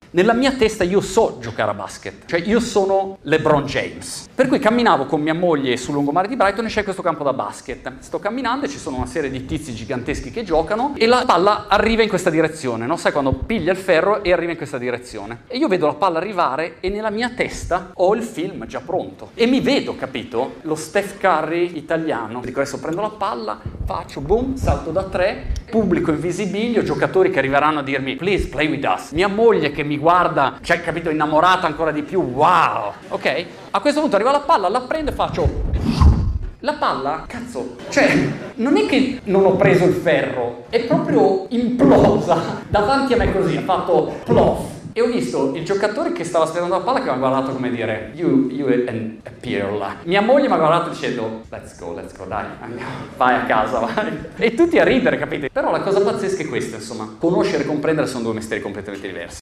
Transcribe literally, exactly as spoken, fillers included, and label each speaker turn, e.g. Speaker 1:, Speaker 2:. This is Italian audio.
Speaker 1: Nella mia testa io so giocare a basket, cioè io sono LeBron James. Per cui camminavo con mia moglie sul lungomare di Brighton e c'è questo campo da basket. Sto camminando e ci sono una serie di tizi giganteschi che giocano e la palla arriva in questa direzione, no? Sai quando piglia il ferro e arriva in questa direzione. E io vedo la palla arrivare e nella mia testa ho il film già pronto. E mi vedo, capito? Lo Steph Curry italiano. Dico adesso prendo la palla, faccio boom, salto da tre, pubblico in visibilio, giocatori che arriveranno a dirmi please play with us. Mia moglie che mi guarda, cioè capito, innamorata ancora di più, wow, ok? A questo punto arriva la palla, la prendo e faccio la palla, cazzo, cioè non è che non ho preso il ferro, è proprio implosa davanti a me così, ha fatto plof. E ho visto il giocatore che stava aspettando la palla che mi ha guardato come dire you, you and a pirla. Mia moglie mi ha guardato dicendo let's go, let's go, dai, andiamo, vai a casa, vai. E tutti a ridere, capite? Però la cosa pazzesca è questa, insomma, conoscere e comprendere sono due mestieri completamente diversi.